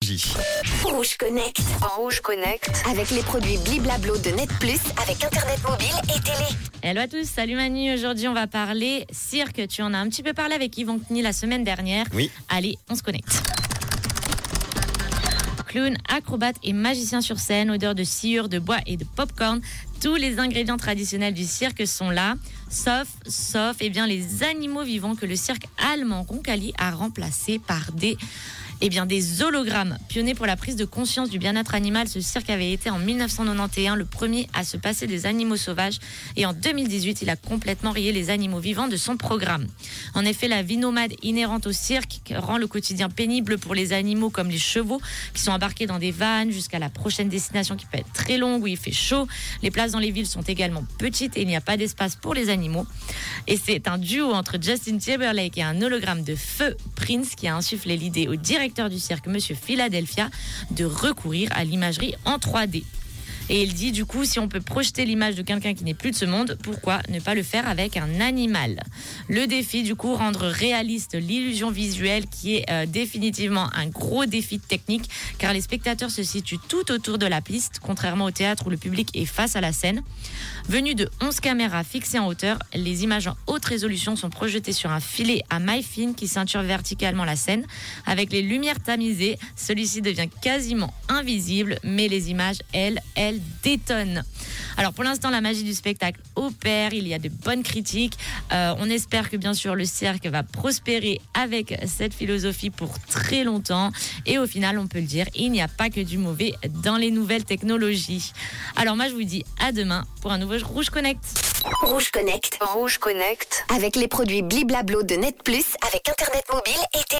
technologie. Rouge Connect. Rouge Connect. Avec les produits Bliblablo de Net Plus, avec Internet mobile et télé. Hello à tous, salut Manu. Aujourd'hui, on va parler cirque. Tu en as un petit peu parlé avec Yvan Knie la semaine dernière. Oui. Allez, on se connecte. Clown, acrobate et magicien sur scène, odeur de sciure, de bois et de popcorn. Tous les ingrédients traditionnels du cirque sont là, sauf les animaux vivants que le cirque allemand Roncalli a remplacés par des hologrammes. Pionnier pour la prise de conscience du bien-être animal, ce cirque avait été en 1991 le premier à se passer des animaux sauvages et en 2018, il a complètement rayé les animaux vivants de son programme. En effet, la vie nomade inhérente au cirque rend le quotidien pénible pour les animaux comme les chevaux qui sont embarqués dans des vannes jusqu'à la prochaine destination qui peut être très longue où il fait chaud. Les places dans les villes sont également petites et il n'y a pas d'espace pour les animaux. Et c'est un duo entre Justin Timberlake et un hologramme de feu Prince qui a insufflé l'idée au directeur du cirque, Monsieur Philadelphia, de recourir à l'imagerie en 3D. Et il dit du coup, si on peut projeter l'image de quelqu'un qui n'est plus de ce monde, pourquoi ne pas le faire avec un animal ? Le défi du coup, rendre réaliste l'illusion visuelle qui est définitivement un gros défi technique car les spectateurs se situent tout autour de la piste, contrairement au théâtre où le public est face à la scène. Venu de 11 caméras fixées en hauteur, les images en haute résolution sont projetées sur un filet à maille fine qui ceinture verticalement la scène. Avec les lumières tamisées, celui-ci devient quasiment invisible, mais les images, elles détonnent. Alors pour l'instant, la magie du spectacle opère, il y a de bonnes critiques. On espère que bien sûr le cirque va prospérer avec cette philosophie pour très longtemps. Et au final, on peut le dire, il n'y a pas que du mauvais dans les nouvelles technologies. Alors moi, je vous dis à demain pour un nouveau Rouge Connect. Rouge Connect. Rouge Connect. Avec les produits Bliblablo de Net Plus, avec Internet mobile et télé.